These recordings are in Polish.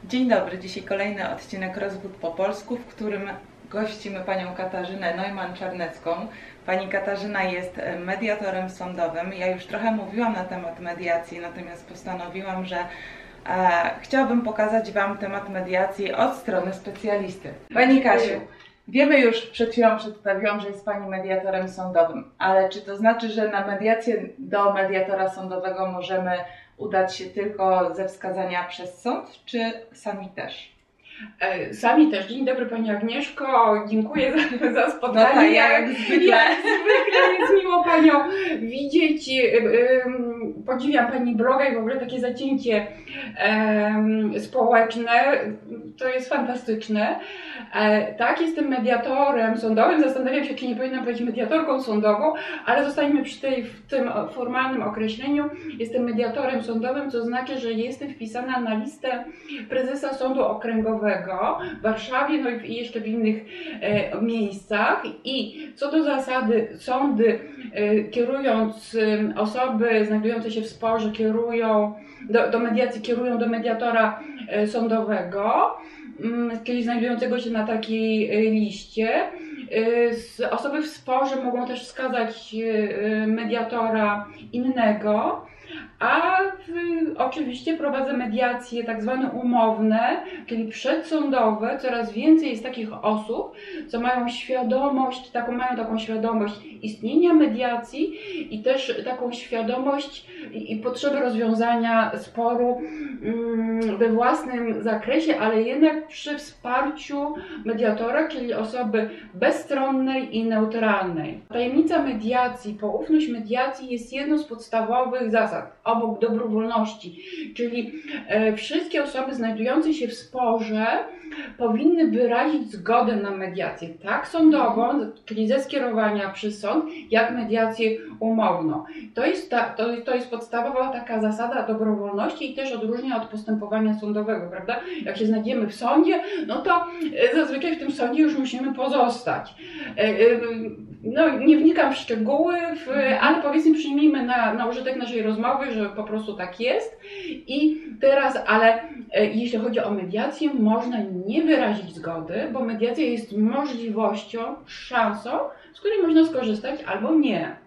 Dzień dobry, dzisiaj kolejny odcinek Rozwód po polsku, w którym gościmy panią Katarzynę Neumann-Czarnecką. Pani Katarzyna jest mediatorem sądowym. Ja już trochę mówiłam na temat mediacji, natomiast postanowiłam, że chciałabym pokazać wam temat mediacji od strony specjalisty. Pani Kasiu, wiemy już, przed chwilą przedstawiłam, że jest pani mediatorem sądowym, ale czy to znaczy, że na mediację do mediatora sądowego możemy udać się tylko ze wskazania przez sąd, czy sami też? Sami też. Dzień dobry Pani Agnieszko, dziękuję za spotkanie. No tak, jak zwykle. Jest miło Panią widzieć. Podziwiam Pani bloga i w ogóle takie zacięcie społeczne. To jest fantastyczne. Tak, jestem mediatorem sądowym. Zastanawiam się, czy nie powinnam być mediatorką sądową, ale zostańmy w tym formalnym określeniu. Jestem mediatorem sądowym, co znaczy, że jestem wpisana na listę prezesa Sądu Okręgowego w Warszawie, no i jeszcze w innych miejscach. I co do zasady, sądy kierując osoby znajdujące się w sporze, kierują do mediacji, kierują do mediatora sądowego, czyli znajdującego się na takiej liście. Osoby w sporze mogą też wskazać mediatora innego. Oczywiście prowadzę mediacje tak zwane umowne, czyli przedsądowe. Coraz więcej jest takich osób, co mają świadomość, taką świadomość istnienia mediacji i też taką świadomość i potrzeby rozwiązania sporu we własnym zakresie, ale jednak przy wsparciu mediatora, czyli osoby bezstronnej i neutralnej. Tajemnica mediacji, poufność mediacji jest jedną z podstawowych zasad, obok dobrowolności, czyli wszystkie osoby znajdujące się w sporze powinny wyrazić zgodę na mediację, tak sądową, czyli ze skierowania przez sąd, jak mediację umowną. To jest podstawowa taka zasada dobrowolności i też odróżnia od postępowania sądowego, prawda? Jak się znajdziemy w sądzie, no to zazwyczaj w tym sądzie już musimy pozostać. No, nie wnikam w szczegóły, ale powiedzmy, przyjmijmy na użytek naszej rozmowy, że po prostu tak jest. I teraz, ale jeśli chodzi o mediację, można nie wyrazić zgody, bo mediacja jest możliwością, szansą, z której można skorzystać albo nie.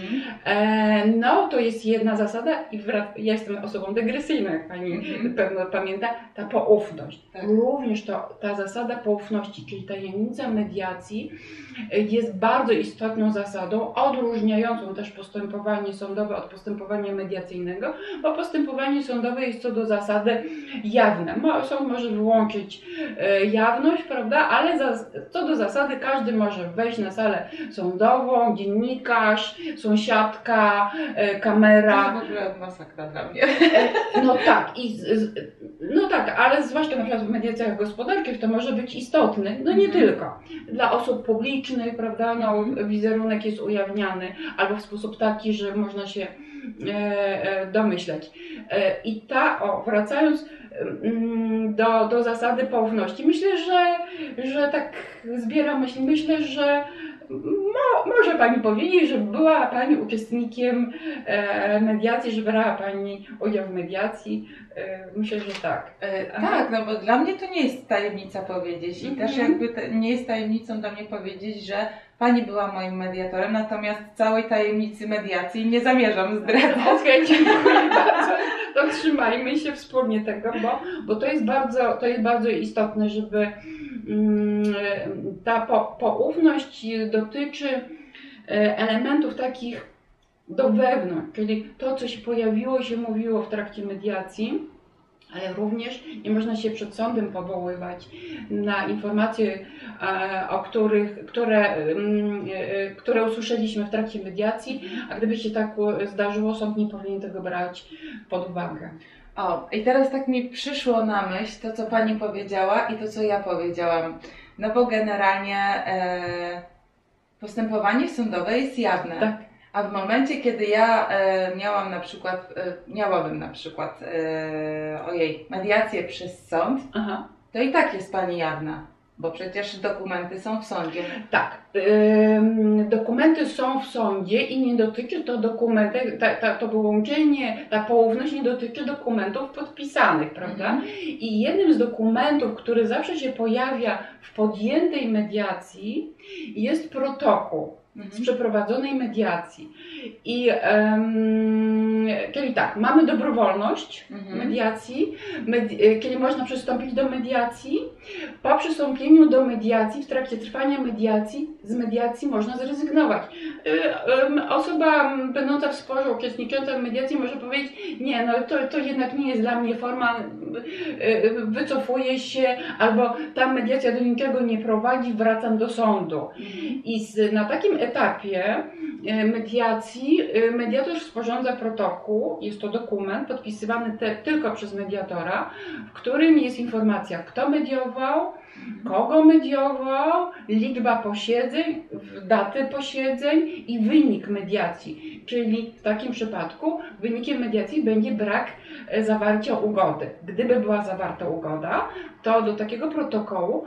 No, to jest jedna zasada i ja jestem osobą dygresyjną, jak Pani pewno pamięta, ta poufność. Tak. Również ta zasada poufności, czyli tajemnica mediacji jest bardzo istotną zasadą, odróżniającą też postępowanie sądowe od postępowania mediacyjnego, bo postępowanie sądowe jest co do zasady jawne. Sąd może wyłączyć jawność, prawda, ale co do zasady każdy może wejść na salę sądową, dziennikarz, sąsiadka, kamera. To jest w ogóle masakra dla mnie. No tak, ale zwłaszcza na przykład w mediacjach gospodarczych to może być istotne, no nie tylko. Dla osób publicznych, prawda, no, wizerunek jest ujawniany albo w sposób taki, że można się domyśleć. I wracając do zasady poufności, myślę, że tak zbieram myśli, myślę, że może Pani powiedzieć, że była Pani uczestnikiem mediacji, że brała Pani udział w mediacji. Myślę, że tak. Tak, no bo dla mnie to nie jest tajemnica powiedzieć i też jakby nie jest tajemnicą dla mnie powiedzieć, że Pani była moim mediatorem, natomiast całej tajemnicy mediacji nie zamierzam zdradzać. Okej, dziękuję bardzo. To trzymajmy się wspólnie tego, bo to jest bardzo istotne, żeby ta poufność dotyczy elementów takich do wewnątrz, czyli to, co się pojawiło, się mówiło w trakcie mediacji, ale również nie można się przed sądem powoływać na informacje, które usłyszeliśmy w trakcie mediacji, a gdyby się tak zdarzyło, sąd nie powinien tego brać pod uwagę. O, i teraz tak mi przyszło na myśl to, co Pani powiedziała i to, co ja powiedziałam. No bo generalnie postępowanie sądowe jest jawne. Tak. A w momencie, kiedy ja miałabym na przykład mediację przez sąd, to i tak jest Pani jawna. Bo przecież dokumenty są w sądzie. Tak, dokumenty są w sądzie i nie dotyczy to dokumentów, to wyłączenie, ta poufność nie dotyczy dokumentów podpisanych, prawda? I jednym z dokumentów, który zawsze się pojawia w podjętej mediacji, jest protokół z przeprowadzonej mediacji. I czyli tak, mamy dobrowolność mediacji, kiedy można przystąpić do mediacji. Po przystąpieniu do mediacji, w trakcie trwania mediacji, z mediacji można zrezygnować. Osoba będąca w sporze, uczestnicząca w mediacji może powiedzieć, nie, no to jednak nie jest dla mnie forma, wycofuję się, albo ta mediacja do niczego nie prowadzi, wracam do sądu. I na takim etapie mediacji mediator sporządza protokół, jest to dokument podpisywany tylko przez mediatora, w którym jest informacja, kto mediował, kogo mediował, liczba posiedzeń, daty posiedzeń i wynik mediacji. Czyli w takim przypadku wynikiem mediacji będzie brak zawarcia ugody. Gdyby była zawarta ugoda, to do takiego protokołu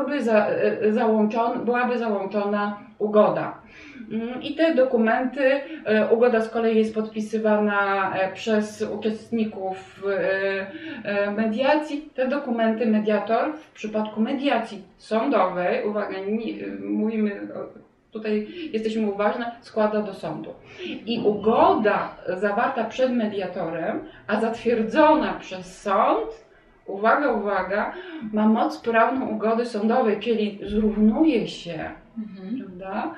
byłaby załączona ugoda. I te dokumenty, ugoda z kolei jest podpisywana przez uczestników mediacji. Te dokumenty mediator w przypadku mediacji sądowej, uwaga, mówimy, tutaj jesteśmy uważne, składa do sądu. I ugoda zawarta przed mediatorem, a zatwierdzona przez sąd, uwaga, uwaga, ma moc prawną ugody sądowej, czyli zrównuje się prawda,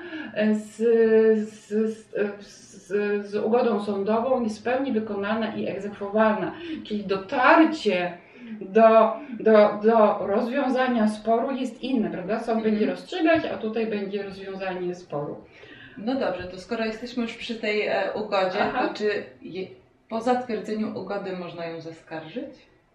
z ugodą sądową, jest w pełni wykonalna i egzekwowalna. Czyli dotarcie do rozwiązania sporu jest inne, prawda? Sąd będzie rozstrzygać, a tutaj będzie rozwiązanie sporu. No dobrze, to skoro jesteśmy już przy tej ugodzie, to czy po zatwierdzeniu ugody można ją zaskarżyć?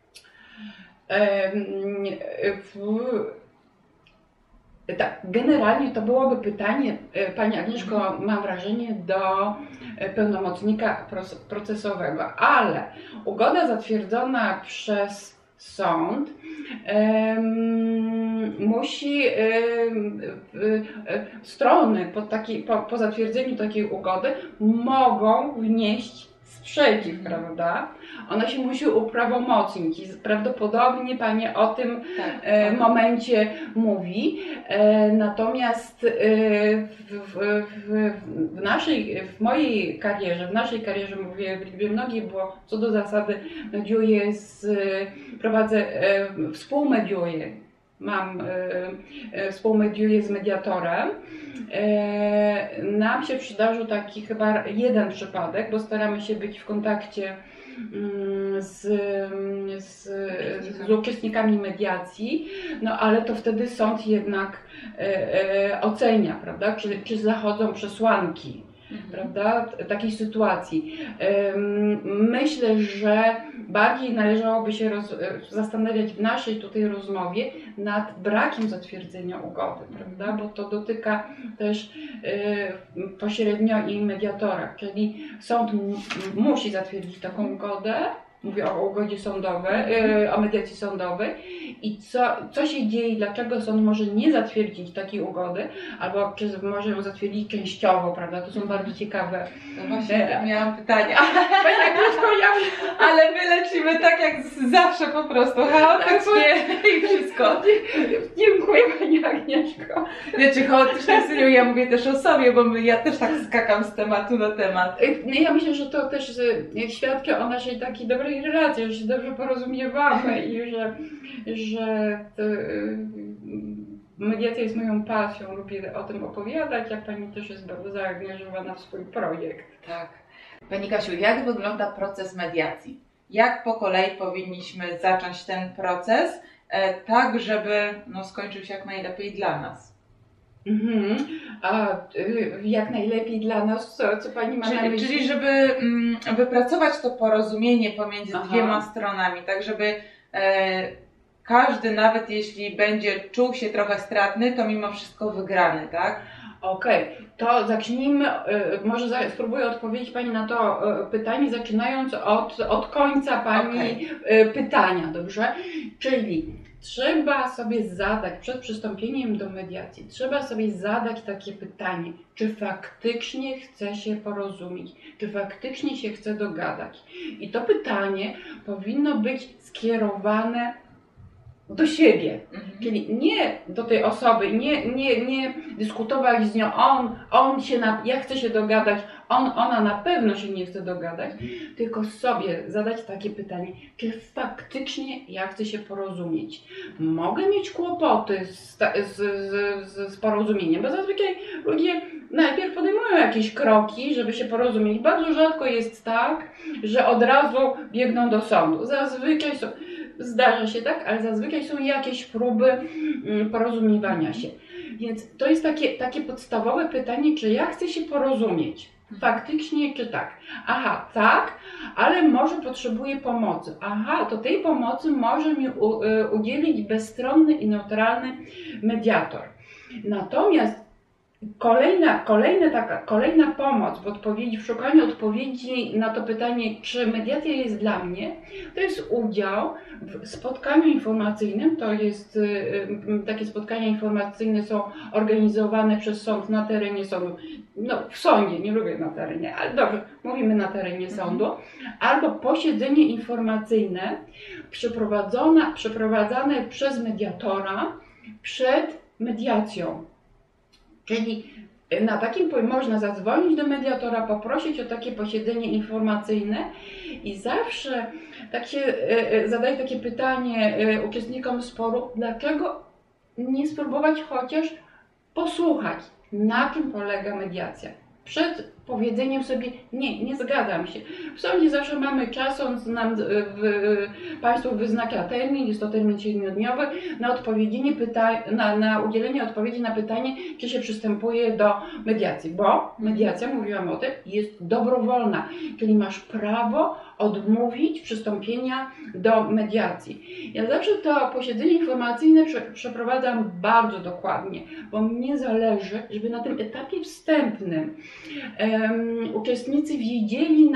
Tak, generalnie to byłoby pytanie, Pani Agnieszko, mam wrażenie, do pełnomocnika procesowego, ale ugoda zatwierdzona przez sąd musi strony po zatwierdzeniu takiej ugody mogą wnieść sprzeciw, prawda? Ona się musi uprawomocnić i prawdopodobnie Pani o tym momencie mówi. Natomiast w mojej karierze mówię w liczbie mnogiej, bo co do zasady mediuję, współmediuję. Współmediuję z mediatorem. Nam się przydarzył taki chyba jeden przypadek, bo staramy się być w kontakcie z uczestnikami mediacji, no ale to wtedy sąd jednak ocenia, prawda, czy zachodzą przesłanki, prawda, takiej sytuacji. Myślę, że bardziej należałoby się zastanawiać w naszej tutaj rozmowie nad brakiem zatwierdzenia ugody, prawda, bo to dotyka też pośrednio i mediatora, czyli sąd musi zatwierdzić taką ugodę. Mówię o ugodzie sądowej, o mediacji sądowej i co się dzieje, dlaczego sąd może nie zatwierdzić takiej ugody, albo czy może ją zatwierdzić częściowo, prawda? To są bardzo ciekawe. No właśnie, miałam pytania. Pani Agnieszko, ale my lecimy tak jak zawsze po prostu, chaotycznie i wszystko. Dziękuję Pani Agnieszko. Wiecie, chaotycznie syniu, ja mówię też o sobie, bo ja też tak skakam z tematu na temat. Ja myślę, że to też świadczy o naszej takiej dobrej relacji, że się dobrze porozumiewamy i że mediacja jest moją pasją, lubię o tym opowiadać, a Pani też jest bardzo zaangażowana w swój projekt. Tak. Pani Kasiu, jak wygląda proces mediacji? Jak po kolei powinniśmy zacząć ten proces, tak żeby skończył się jak najlepiej dla nas? A jak najlepiej dla nas, co Pani ma na myśli? Czyli żeby wypracować to porozumienie pomiędzy dwiema stronami, tak żeby każdy, nawet jeśli będzie czuł się trochę stratny, to mimo wszystko wygrany, tak? Okej, to zacznijmy, może spróbuję odpowiedzieć Pani na to pytanie, zaczynając od końca Pani pytania, dobrze? Czyli trzeba sobie zadać, przed przystąpieniem do mediacji, trzeba sobie zadać takie pytanie, czy faktycznie chce się porozumieć, czy faktycznie się chce dogadać. I to pytanie powinno być skierowane do siebie, czyli nie do tej osoby, nie dyskutować z nią, ja chcę się dogadać, ona na pewno się nie chce dogadać, tylko sobie zadać takie pytanie, czy faktycznie ja chcę się porozumieć. Mogę mieć kłopoty z porozumieniem, bo zazwyczaj ludzie najpierw podejmują jakieś kroki, żeby się porozumieć. Bardzo rzadko jest tak, że od razu biegną do sądu. Zazwyczaj zdarza się tak, ale zazwyczaj są jakieś próby porozumiewania się. Więc to jest takie podstawowe pytanie, czy ja chcę się porozumieć? Faktycznie czy tak? Aha, tak, ale może potrzebuję pomocy. Aha, to tej pomocy może mi udzielić bezstronny i neutralny mediator. Natomiast kolejna pomoc w szukaniu odpowiedzi na to pytanie, czy mediacja jest dla mnie, to jest udział w spotkaniu informacyjnym. To jest, takie spotkania informacyjne są organizowane przez sąd na terenie sądu, w sądzie, nie lubię na terenie, ale dobrze, mówimy na terenie sądu, albo posiedzenie informacyjne przeprowadzane przez mediatora przed mediacją. Czyli na takim można zadzwonić do mediatora, poprosić o takie posiedzenie informacyjne i zawsze zadaję takie pytanie uczestnikom sporu, dlaczego nie spróbować chociaż posłuchać, na czym polega mediacja. Przed powiedzeniem sobie nie zgadzam się. W sądzie zawsze mamy czas, sąd nam państwu wyznacza termin, jest to termin 7-dniowy, na udzielenie odpowiedzi na pytanie, czy się przystępuje do mediacji, bo mediacja, mówiłam o tym, jest dobrowolna, czyli masz prawo odmówić przystąpienia do mediacji. Ja zawsze to posiedzenie informacyjne przeprowadzam bardzo dokładnie, bo mnie zależy, żeby na tym etapie wstępnym uczestnicy wiedzieli,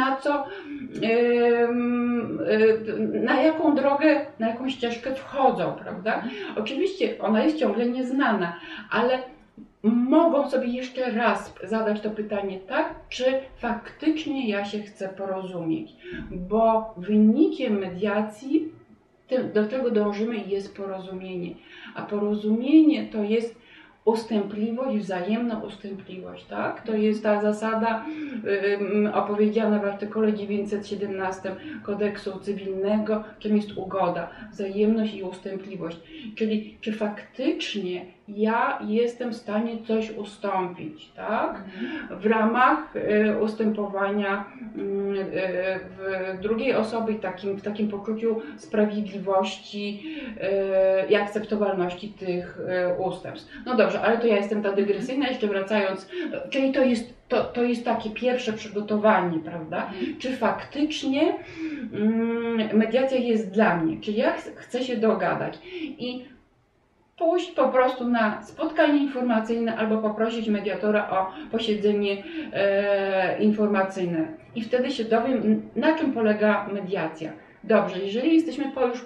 na jaką drogę, na jaką ścieżkę wchodzą, prawda? Oczywiście ona jest ciągle nieznana, ale mogą sobie jeszcze raz zadać to pytanie, tak, czy faktycznie ja się chcę porozumieć, bo wynikiem mediacji, do czego dążymy, jest porozumienie, a porozumienie to jest ustępliwość, wzajemna ustępliwość, tak? To jest ta zasada opowiedziana w artykule 917 Kodeksu Cywilnego, czym jest ugoda, wzajemność i ustępliwość. Czyli czy faktycznie ja jestem w stanie coś ustąpić, tak? W ramach ustępowania drugiej osoby w takim poczuciu sprawiedliwości i akceptowalności tych ustępstw. No dobrze, ale to ja jestem ta dygresyjna, jeszcze wracając, czyli to jest takie pierwsze przygotowanie, prawda? Czy faktycznie mediacja jest dla mnie, czy ja chcę się dogadać i pójść po prostu na spotkanie informacyjne albo poprosić mediatora o posiedzenie informacyjne i wtedy się dowiem, na czym polega mediacja. Dobrze, jeżeli jesteśmy już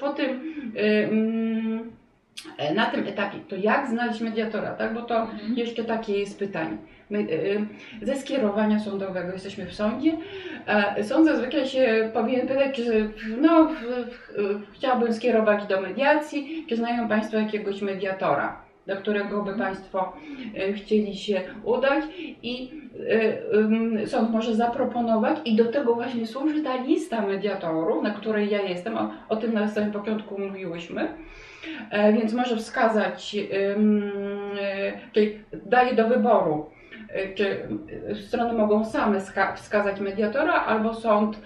na tym etapie, to jak znaleźć mediatora, tak? Bo to jeszcze takie jest pytanie. Ze skierowania sądowego jesteśmy w sądzie. Sąd zazwyczaj się powinien pytać, czy chciałbym skierować do mediacji, czy znają Państwo jakiegoś mediatora, do którego by Państwo chcieli się udać i sąd może zaproponować i do tego właśnie służy ta lista mediatorów, na której ja jestem, o tym na samym początku mówiłyśmy. Więc może wskazać, czyli daje do wyboru, czy strony mogą same wskazać mediatora, albo sąd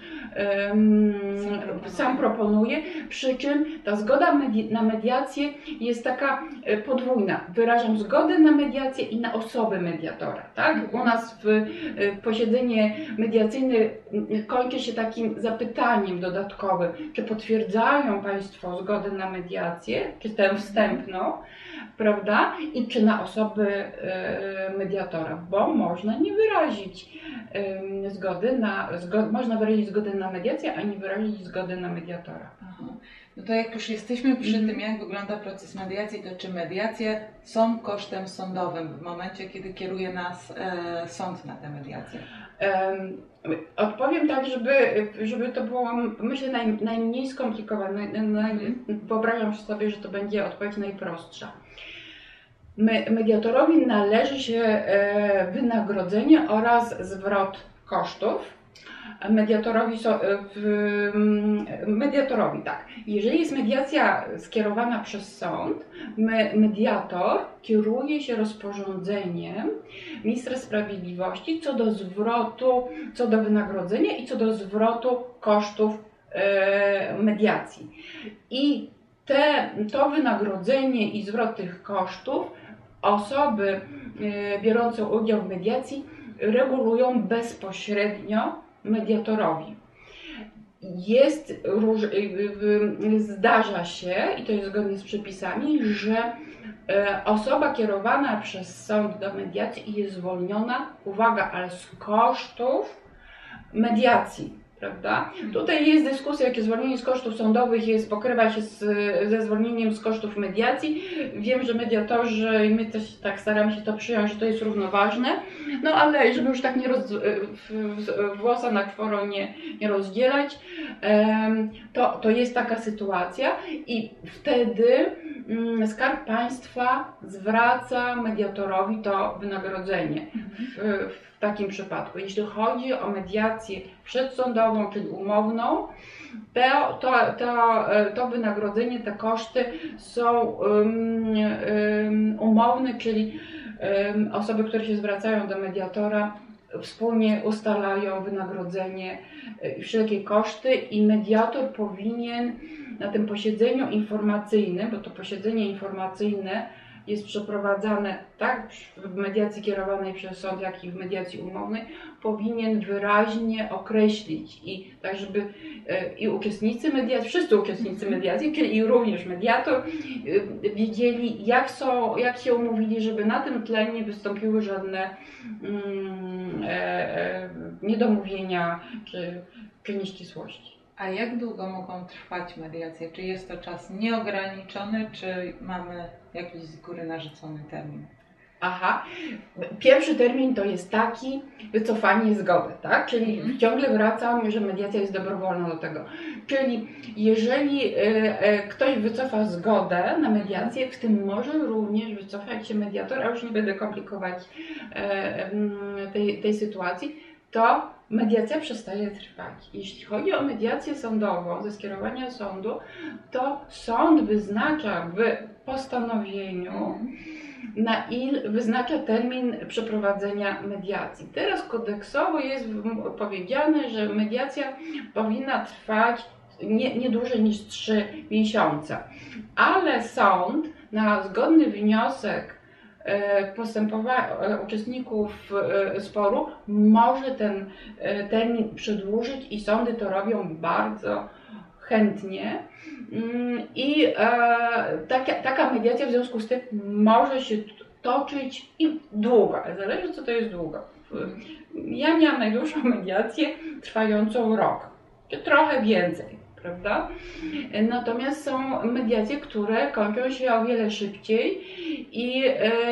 sam proponuje, przy czym ta zgoda na mediację jest taka podwójna. Wyrażam zgodę na mediację i na osobę mediatora. Tak? U nas posiedzenie mediacyjne kończy się takim zapytaniem dodatkowym, czy potwierdzają Państwo zgodę na mediację, czy tę wstępną, prawda? I czy na osobę mediatora, bo można nie wyrazić można wyrazić zgodę na mediację, a nie wyrazić zgody na mediatora. Aha. No to jak już jesteśmy przy tym, jak wygląda proces mediacji, to czy mediacje są kosztem sądowym w momencie, kiedy kieruje nas sąd na tę mediację? Odpowiem tak, żeby to było, myślę, najmniej skomplikowane. Wyobrażam sobie, że to będzie odpowiedź najprostsza. Mediatorowi należy się wynagrodzenie oraz zwrot kosztów. Mediatorowi tak. Jeżeli jest mediacja skierowana przez sąd, mediator kieruje się rozporządzeniem ministra sprawiedliwości co do zwrotu, co do wynagrodzenia i co do zwrotu kosztów mediacji. I to wynagrodzenie i zwrot tych kosztów osoby biorące udział w mediacji regulują bezpośrednio mediatorowi. Zdarza się, i to jest zgodnie z przepisami, że osoba kierowana przez sąd do mediacji jest zwolniona, uwaga, ale z kosztów mediacji. Prawda? Tutaj jest dyskusja, jakie zwolnienie z kosztów sądowych pokrywa się ze zwolnieniem z kosztów mediacji. Wiem, że mediatorzy i my też tak staramy się to przyjąć, że to jest równoważne, no ale żeby już tak włosa na czworo nie rozdzielać, to jest taka sytuacja i wtedy Skarb Państwa zwraca mediatorowi to wynagrodzenie w takim przypadku. Jeśli chodzi o mediację przedsądową, czyli umowną, to wynagrodzenie, te koszty są umowne, czyli osoby, które się zwracają do mediatora, wspólnie ustalają wynagrodzenie i wszelkie koszty i mediator powinien na tym posiedzeniu informacyjnym, bo to posiedzenie informacyjne jest przeprowadzane tak w mediacji kierowanej przez sąd, jak i w mediacji umownej, powinien wyraźnie określić i tak, żeby i uczestnicy mediacji, wszyscy uczestnicy mediacji, czyli i również mediator, wiedzieli, jak się umówili, żeby na tym tle nie żadne niedomówienia czy nieścisłości. A jak długo mogą trwać mediacje? Czy jest to czas nieograniczony, czy mamy jakiś z góry narzucony termin? Aha, pierwszy termin to jest taki, wycofanie zgody, tak? Czyli ciągle wracam, że mediacja jest dobrowolna do tego. Czyli jeżeli ktoś wycofa zgodę na mediację, w tym może również wycofać się mediator, a już nie będę komplikować tej sytuacji, to mediacja przestaje trwać. Jeśli chodzi o mediację sądową, ze skierowania sądu, to sąd wyznacza w postanowieniu, wyznacza termin przeprowadzenia mediacji. Teraz kodeksowo jest powiedziane, że mediacja powinna trwać nie dłużej niż 3 miesiące. Ale sąd na zgodny wniosek uczestników sporu może ten termin przedłużyć i sądy to robią bardzo chętnie i taka mediacja w związku z tym może się toczyć i długo, zależy co to jest długo. Ja miałam najdłuższą mediację trwającą rok, czy trochę więcej. Prawda? Natomiast są mediacje, które kończą się o wiele szybciej i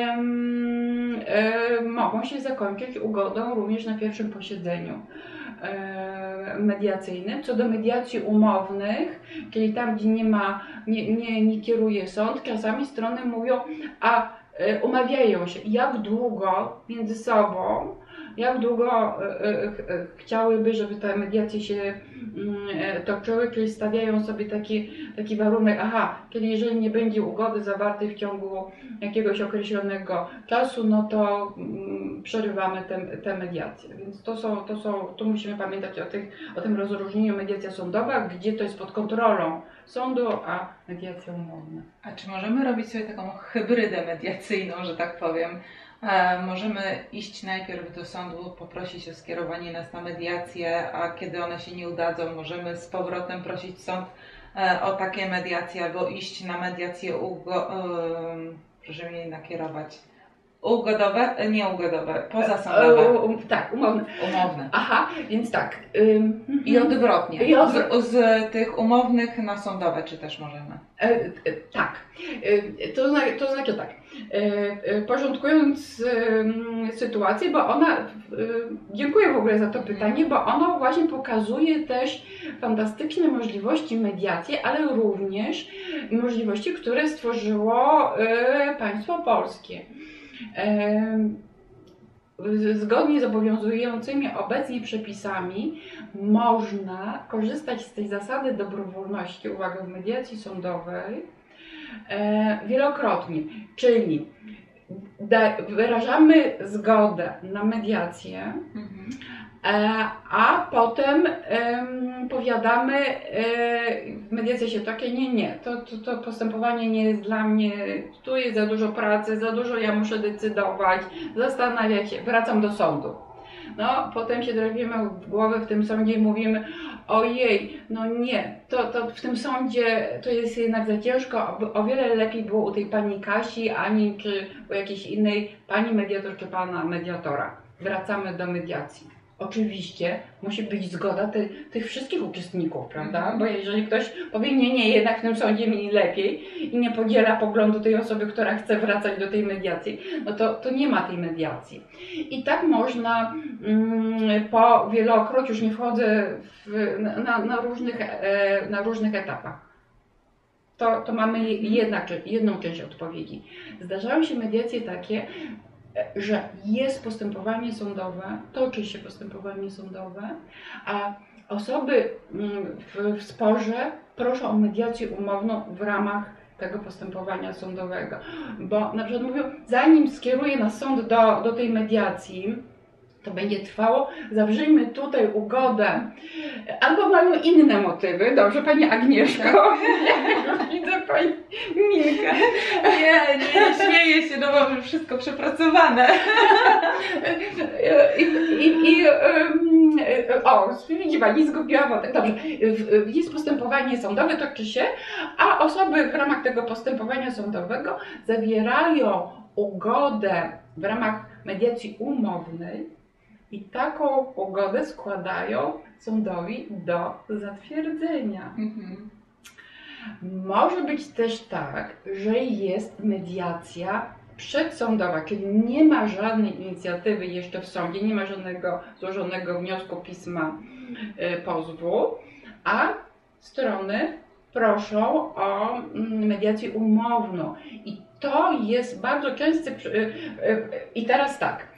mogą się zakończyć ugodą również na pierwszym posiedzeniu mediacyjnym. Co do mediacji umownych, czyli tam, gdzie nie kieruje sąd, czasami strony mówią, umawiają się, jak długo między sobą, jak długo chciałyby, żeby te mediacje się toczyły, czyli stawiają sobie taki warunek, czyli jeżeli nie będzie ugody zawartej w ciągu jakiegoś określonego czasu, no to przerywamy te mediacje. Więc tu musimy pamiętać o tym rozróżnieniu mediacja sądowa, gdzie to jest pod kontrolą sądu, a mediacja umowna. A czy możemy robić sobie taką hybrydę mediacyjną, że tak powiem? Możemy iść najpierw do sądu, poprosić o skierowanie nas na mediację, a kiedy one się nie udadzą, możemy z powrotem prosić sąd o takie mediacje albo iść na mediację, proszę mnie nakierować. Ugodowe? Nie ugodowe, pozasądowe. Tak, umowne. Umowne. Aha, więc tak. I odwrotnie. I Z tych umownych na sądowe, czy też możemy? Tak. To znaczy tak. Porządkując sytuację, bo ona, dziękuję w ogóle za to pytanie, bo ono właśnie pokazuje też fantastyczne możliwości mediacji, ale również możliwości, które stworzyło państwo polskie. Zgodnie z obowiązującymi obecnie przepisami można korzystać z tej zasady dobrowolności, uwaga, w mediacji sądowej wielokrotnie, czyli wyrażamy zgodę na mediację, a potem powiadamy, mediacja się takie, nie, to postępowanie nie jest dla mnie, tu jest za dużo pracy, za dużo ja muszę decydować, zastanawiać się, wracam do sądu. No, potem się trafimy w głowę w tym sądzie i mówimy, ojej, no nie, to w tym sądzie to jest jednak za ciężko, o wiele lepiej było u tej pani Kasi, Ani, czy u jakiejś innej pani mediator, czy pana mediatora. Wracamy do mediacji. Oczywiście musi być zgoda tych wszystkich uczestników, prawda? Bo jeżeli ktoś powie, nie, jednak w tym sądzie mi lepiej i nie podziela poglądu tej osoby, która chce wracać do tej mediacji, no to nie ma tej mediacji. I tak można po wielokroć, już nie wchodzę na różnych etapach. To mamy jedną część odpowiedzi. Zdarzają się mediacje takie, że jest postępowanie sądowe, toczy się postępowanie sądowe, a osoby w sporze proszą o mediację umowną w ramach tego postępowania sądowego. Bo na przykład mówią, zanim skieruję na sąd do tej mediacji, to będzie trwało, zawrzyjmy tutaj ugodę. Albo mają inne motywy. Dobrze, Pani Agnieszko. Już widzę Pani minkę. Nie śmieję się, no bo wszystko przepracowane. Widzi Pani, zgubiła wątek. Dobrze, jest postępowanie sądowe, toczy się, a osoby w ramach tego postępowania sądowego zawierają ugodę w ramach mediacji umownej, i taką ugodę składają sądowi do zatwierdzenia. Może być też tak, że jest mediacja przedsądowa, czyli nie ma żadnej inicjatywy jeszcze w sądzie, nie ma żadnego złożonego wniosku, pisma, pozwu, a strony proszą o mediację umowną. I to jest bardzo częsty. I teraz tak.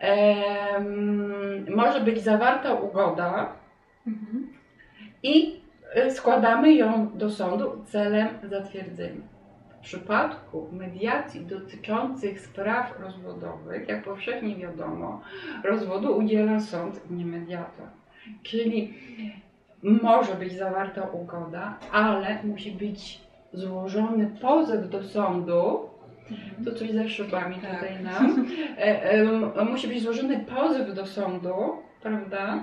Może być zawarta ugoda i składamy ją do sądu celem zatwierdzenia. W przypadku mediacji dotyczących spraw rozwodowych, jak powszechnie wiadomo, rozwodu udziela sąd, nie mediator. Czyli może być zawarta ugoda, ale musi być złożony pozew do sądu. To coś ze szybami tutaj nam. Musi być złożony pozew do sądu, prawda?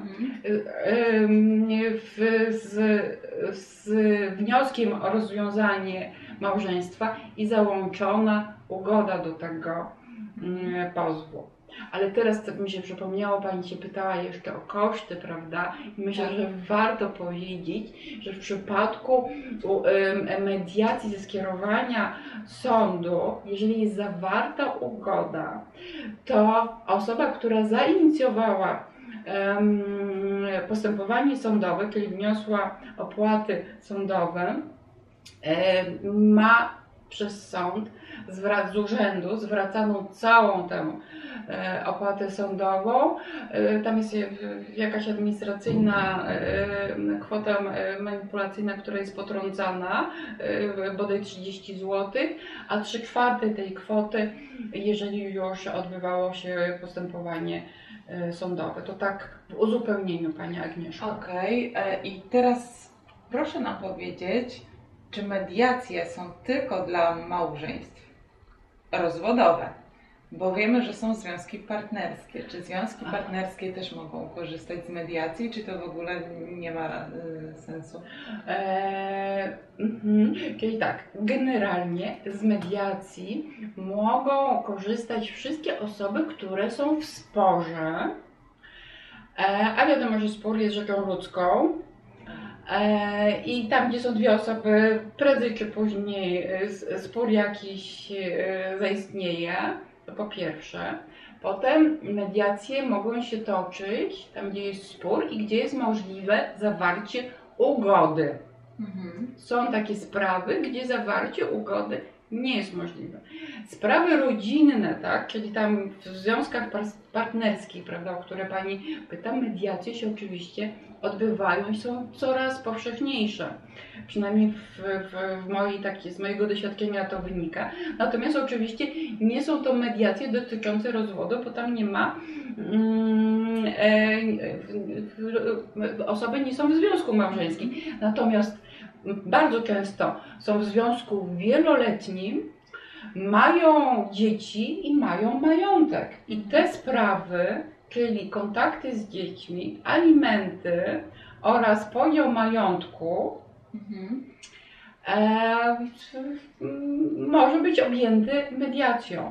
Z wnioskiem o rozwiązanie małżeństwa i załączona ugoda do tego pozwu. Ale teraz co mi się przypomniało, Pani się pytała jeszcze o koszty, prawda? I myślę, że warto powiedzieć, że w przypadku mediacji ze skierowania sądu, jeżeli jest zawarta ugoda, to osoba, która zainicjowała postępowanie sądowe, czyli wniosła opłaty sądowe, ma przez sąd z urzędu zwracaną całą tę opłatę sądową. Tam jest jakaś administracyjna kwota manipulacyjna, która jest potrącana, bodaj 30 zł, a 3/4 tej kwoty, jeżeli już odbywało się postępowanie sądowe. To tak w uzupełnieniu, Pani Agnieszko. Okej. I teraz proszę nam powiedzieć, czy mediacje są tylko dla małżeństw rozwodowe? Bo wiemy, że są związki partnerskie. Czy związki partnerskie też mogą korzystać z mediacji, czy to w ogóle nie ma sensu? Czyli tak, generalnie z mediacji mogą korzystać wszystkie osoby, które są w sporze, a wiadomo, że spór jest rzeczą ludzką. I tam, gdzie są dwie osoby, prędzej czy później spór jakiś zaistnieje, to po pierwsze. Potem mediacje mogą się toczyć tam, gdzie jest spór i gdzie jest możliwe zawarcie ugody. Są takie sprawy, gdzie zawarcie ugody nie jest możliwe. Sprawy rodzinne, tak, czyli tam w związkach partnerskich, prawda, o które Pani pyta, mediacje się oczywiście odbywają i są coraz powszechniejsze. Przynajmniej z mojego doświadczenia to wynika. Natomiast oczywiście nie są to mediacje dotyczące rozwodu, bo tam nie ma osoby nie są w związku małżeńskim. Natomiast bardzo często są w związku wieloletnim, mają dzieci i mają majątek. I te sprawy, czyli kontakty z dziećmi, alimenty oraz podział majątku, może być objęty mediacją.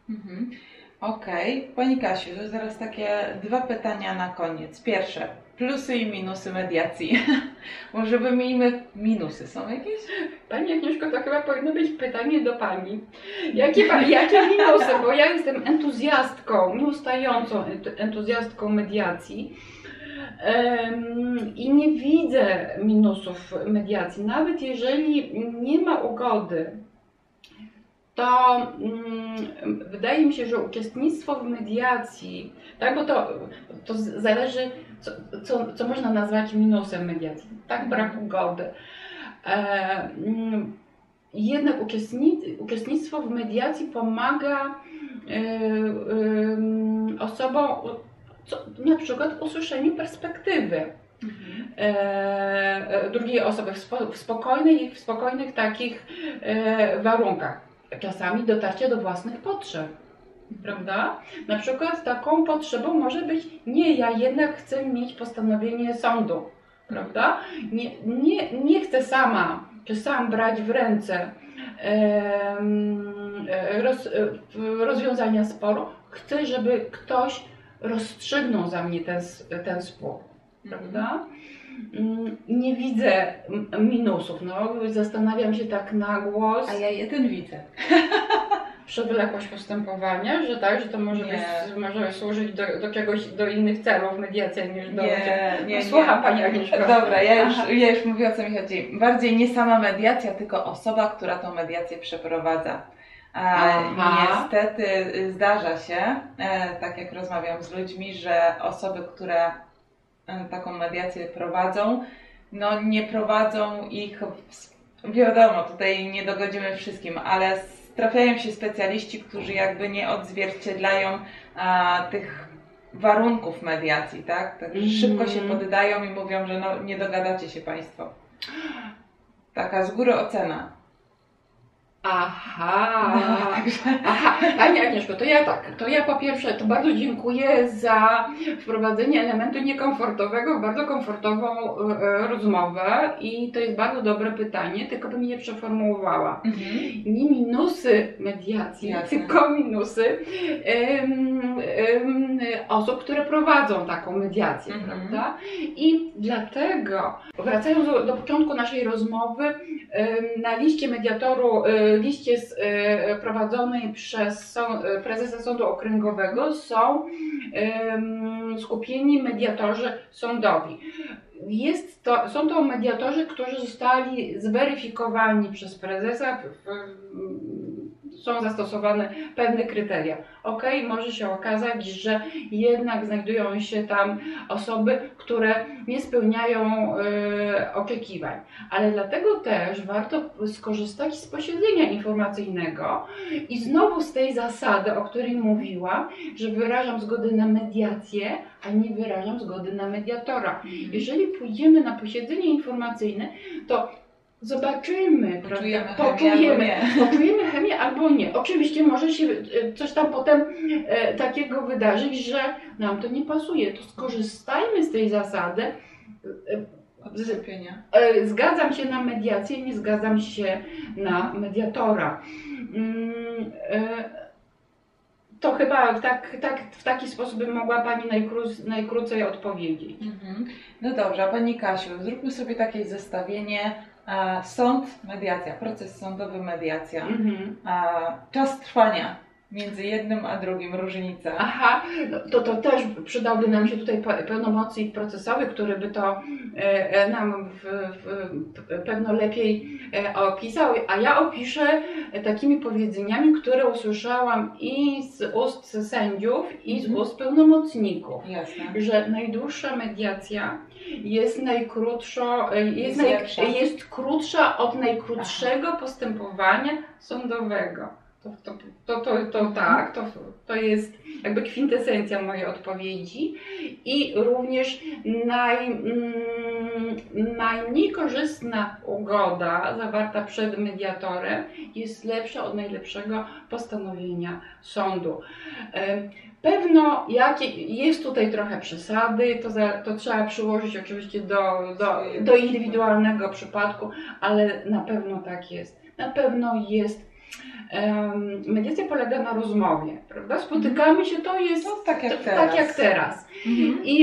Okej. Pani Kasiu, to zaraz takie dwa pytania na koniec. Pierwsze, plusy i minusy mediacji. Może wymienimy minusy. Są jakieś? Pani Agnieszko, to chyba powinno być pytanie do Pani. Jakie minusy? Bo ja jestem entuzjastką, nieustającą entuzjastką mediacji. I nie widzę minusów mediacji. Nawet jeżeli nie ma ugody, to wydaje mi się, że uczestnictwo w mediacji, tak, bo to zależy, co można nazwać minusem mediacji, tak, brak ugody. Jednak uczestnictwo w mediacji pomaga osobom, na przykład usłyszeniu perspektywy drugiej osoby w spokojnych takich warunkach. Czasami dotarcie do własnych potrzeb, prawda? Na przykład taką potrzebą może być: nie, ja jednak chcę mieć postanowienie sądu, prawda? Nie chcę sama czy sam brać w ręce rozwiązania sporu. Chcę, żeby ktoś rozstrzygnął za mnie ten spór, prawda? Nie widzę minusów, zastanawiam się tak na głos. A ja jeden widzę. Przewlekłość postępowania, że tak, że to może służyć do innych celów mediacja niż do... Nie. Słucham Pani Agnieszko. Dobra, ja już mówię, o co mi chodzi. Bardziej nie sama mediacja, tylko osoba, która tą mediację przeprowadza. Niestety zdarza się, tak jak rozmawiam z ludźmi, że osoby, które taką mediację prowadzą, nie prowadzą ich, wiadomo, tutaj nie dogodzimy wszystkim, ale trafiają się specjaliści, którzy jakby nie odzwierciedlają tych warunków mediacji, tak? Także szybko się poddają i mówią, że nie dogadacie się Państwo. Taka z góry ocena. Aha. Pani Agnieszko, to ja po pierwsze to bardzo dziękuję za wprowadzenie elementu niekomfortowego w bardzo komfortową rozmowę i to jest bardzo dobre pytanie, tylko bym je przeformułowała. Nie minusy mediacji, tylko minusy osób, które prowadzą taką mediację, prawda? I dlatego, wracając do początku naszej rozmowy, na liście liście prowadzonej przez prezesa Sądu Okręgowego są skupieni mediatorzy sądowi. Są to mediatorzy, którzy zostali zweryfikowani przez prezesa, są zastosowane pewne kryteria. Może się okazać, że jednak znajdują się tam osoby, które nie spełniają oczekiwań. Ale dlatego też warto skorzystać z posiedzenia informacyjnego i znowu z tej zasady, o której mówiłam, że wyrażam zgodę na mediację, a nie wyrażam zgody na mediatora. Jeżeli pójdziemy na posiedzenie informacyjne, to Zobaczymy, Poczujemy prawda? chemię albo nie. Poczujemy chemię albo nie. Oczywiście może się coś tam potem takiego wydarzyć, że nam to nie pasuje. To skorzystajmy z tej zasady. Odstąpienia. Zgadzam się na mediację, nie zgadzam się na mediatora. To chyba w taki sposób by mogła Pani najkrócej odpowiedzieć. No dobrze, a Pani Kasiu, zróbmy sobie takie zestawienie. Sąd, mediacja, proces sądowy, mediacja. Czas trwania między jednym a drugim, różnica. Aha, to też przydałby nam się tutaj pełnomocnik procesowy, który by to nam pewno lepiej opisał, a ja opiszę takimi powiedzeniami, które usłyszałam i z ust sędziów, i z ust pełnomocników. Jasne. Że najdłuższa mediacja jest jest krótsza od najkrótszego postępowania sądowego. To jest jakby kwintesencja mojej odpowiedzi i również najmniej korzystna ugoda zawarta przed mediatorem jest lepsza od najlepszego postanowienia sądu. Pewno jest tutaj trochę przesady, to trzeba przyłożyć oczywiście do indywidualnego przypadku, ale na pewno tak jest. Na pewno jest. Mediacja polega na rozmowie, prawda? Spotykamy się, to jest tak jak teraz. I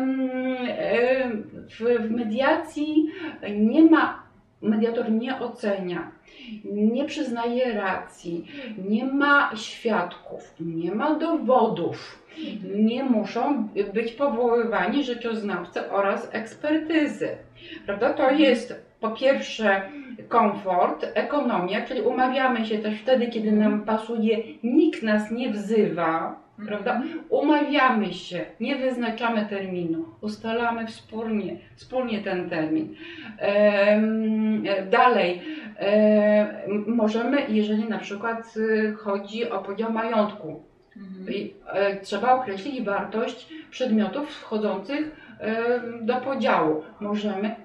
w mediacji mediator nie ocenia, nie przyznaje racji, nie ma świadków, nie ma dowodów, nie muszą być powoływani rzeczoznawcy oraz ekspertyzy, prawda? To jest po pierwsze komfort, ekonomia, czyli umawiamy się też wtedy, kiedy nam pasuje, nikt nas nie wzywa, prawda? Umawiamy się, nie wyznaczamy terminu, ustalamy wspólnie ten termin. Dalej, możemy, jeżeli na przykład chodzi o podział majątku, trzeba określić wartość przedmiotów wchodzących do podziału. Możemy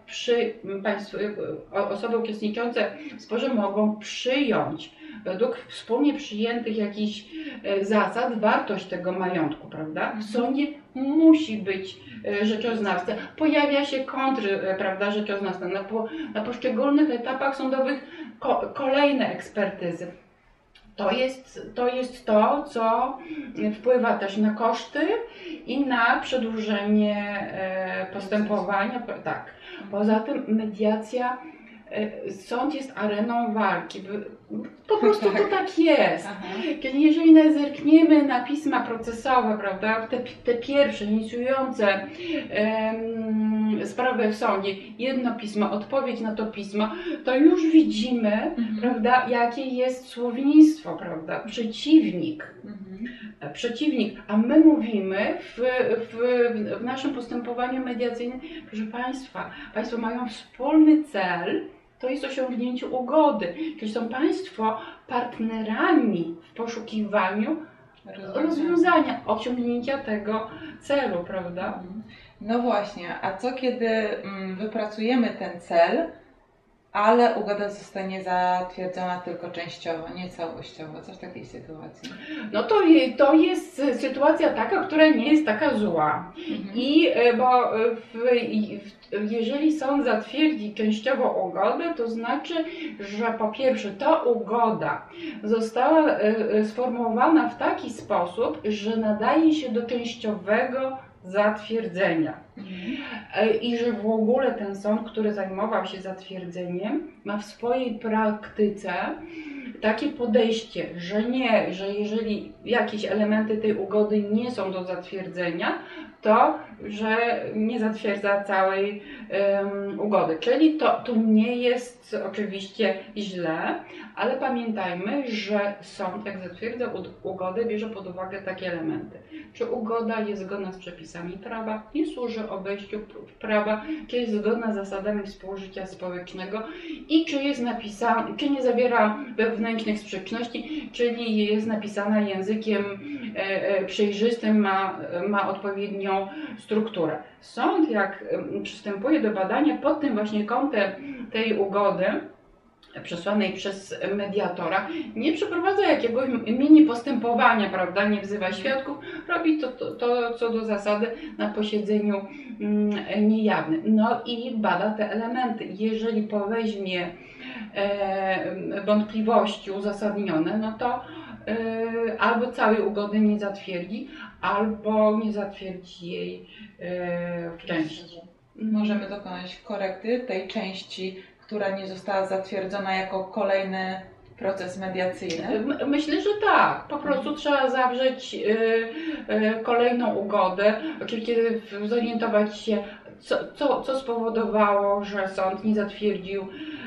osoby uczestniczące w sporze mogą przyjąć według wspólnie przyjętych jakichś zasad wartość tego majątku, prawda? W sądzie musi być rzeczoznawca. Pojawia się prawda, rzeczoznawca. Na poszczególnych etapach sądowych kolejne ekspertyzy. To jest to, co wpływa też na koszty i na przedłużenie postępowania. Tak. Poza tym mediacja, sąd jest areną walki. Po prostu to tak jest. Czyli jeżeli zerkniemy na pisma procesowe, prawda, te pierwsze inicjujące sprawę w sądzie, jedno pismo, odpowiedź na to pismo, to już widzimy, prawda, jakie jest słownictwo, prawda, przeciwnik, a my mówimy w naszym postępowaniu mediacyjnym, proszę Państwo mają wspólny cel, to jest osiągnięcie ugody, czyli są Państwo partnerami w poszukiwaniu rozwiązania, osiągnięcia tego celu, prawda? No właśnie, a co kiedy wypracujemy ten cel, ale ugoda zostanie zatwierdzona tylko częściowo, nie całościowo? Co w takiej sytuacji? No to jest sytuacja taka, która nie jest taka zła. Bo jeżeli sąd zatwierdzi częściowo ugodę, to znaczy, że po pierwsze ta ugoda została sformułowana w taki sposób, że nadaje się do częściowego zatwierdzenia. I że w ogóle ten sąd, który zajmował się zatwierdzeniem, ma w swojej praktyce takie podejście, że jeżeli jakieś elementy tej ugody nie są do zatwierdzenia, to że nie zatwierdza całej ugody. Czyli to nie jest oczywiście źle, ale pamiętajmy, że sąd, jak zatwierdza ugodę, bierze pod uwagę takie elementy. Czy ugoda jest zgodna z przepisami prawa, nie służy obejściu prawa, czy jest zgodna z zasadami współżycia społecznego i czy jest napisana, czy nie zawiera wewnętrznych sprzeczności, czyli jest napisana językiem przejrzystym, ma odpowiednią strukturę. Sąd, jak przystępuje do badania pod tym właśnie kątem tej ugody przesłanej przez mediatora, nie przeprowadza jakiegoś mini postępowania, prawda, nie wzywa świadków, robi to co do zasady na posiedzeniu niejawnym. No i bada te elementy. Jeżeli poweźmie wątpliwości uzasadnione, no to albo całej ugody nie zatwierdzi, albo nie zatwierdzi jej w części. Możemy dokonać korekty tej części, która nie została zatwierdzona jako kolejny proces mediacyjny? Myślę, że tak. Po prostu trzeba zawrzeć kolejną ugodę. Oczywiście zorientować się, co spowodowało, że sąd nie zatwierdził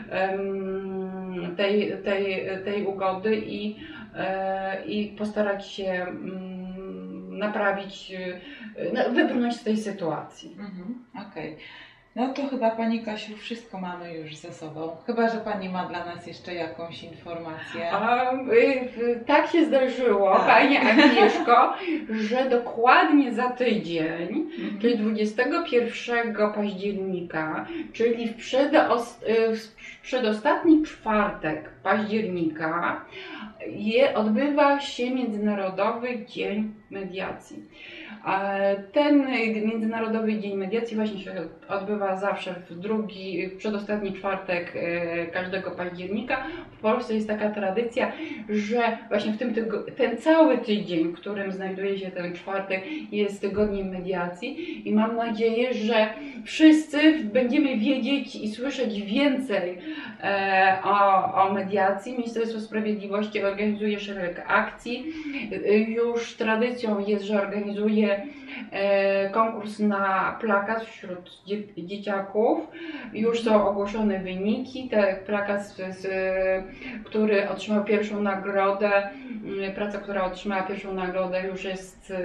tej ugody i postarać się naprawić, wybrnąć z tej sytuacji. Okej. No to chyba Pani Kasiu, wszystko mamy już ze sobą. Chyba że Pani ma dla nas jeszcze jakąś informację. Tak się zdarzyło, tak. Pani Agnieszko, że dokładnie za tydzień, czyli 21 października, czyli w przedostatni czwartek października, odbywa się Międzynarodowy Dzień Mediacji. Ten Międzynarodowy Dzień Mediacji właśnie się odbywa zawsze w przedostatni czwartek każdego października. W Polsce jest taka tradycja, że właśnie ten cały tydzień, w którym znajduje się ten czwartek, jest tygodniem mediacji i mam nadzieję, że wszyscy będziemy wiedzieć i słyszeć więcej o mediacji. Ministerstwo Sprawiedliwości organizuje szereg akcji. Już tradycją jest, że organizuje konkurs na plakat wśród dzieciaków. Już są ogłoszone wyniki. Ten plakat, który otrzymał pierwszą nagrodę, praca, która otrzymała pierwszą nagrodę, już jest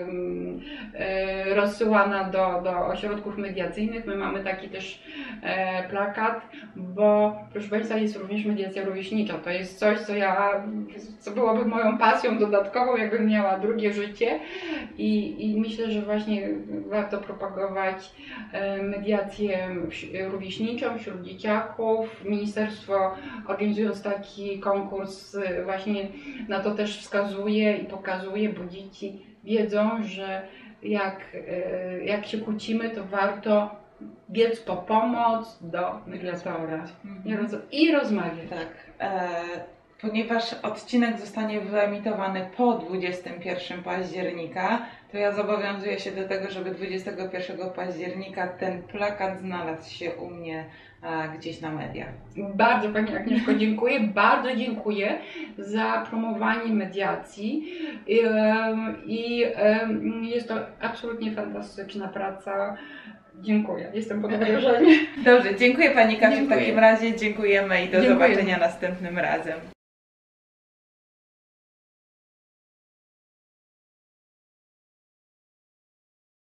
rozsyłana do ośrodków mediacyjnych. My mamy taki też plakat, bo proszę Państwa, jest również mediacja rówieśnicza. To jest coś, co byłoby moją pasją dodatkową, jakbym miała drugie życie i myślę, że właśnie warto propagować mediację rówieśniczą wśród dzieciaków. Ministerstwo, organizując taki konkurs, właśnie na to też wskazuje i pokazuje, bo dzieci wiedzą, że jak się kłócimy, to warto biec po pomoc do mediatora i rozmawiać. Tak. Ponieważ odcinek zostanie wyemitowany po 21 października, to ja zobowiązuję się do tego, żeby 21 października ten plakat znalazł się u mnie gdzieś na mediach. Bardzo Pani Agnieszko dziękuję, bardzo dziękuję za promowanie mediacji i jest to absolutnie fantastyczna praca. Dziękuję, jestem pod wrażeniem. Dobrze, dziękuję Pani Kasiu, Dziękuję. w takim razie dziękujemy i do zobaczenia następnym razem.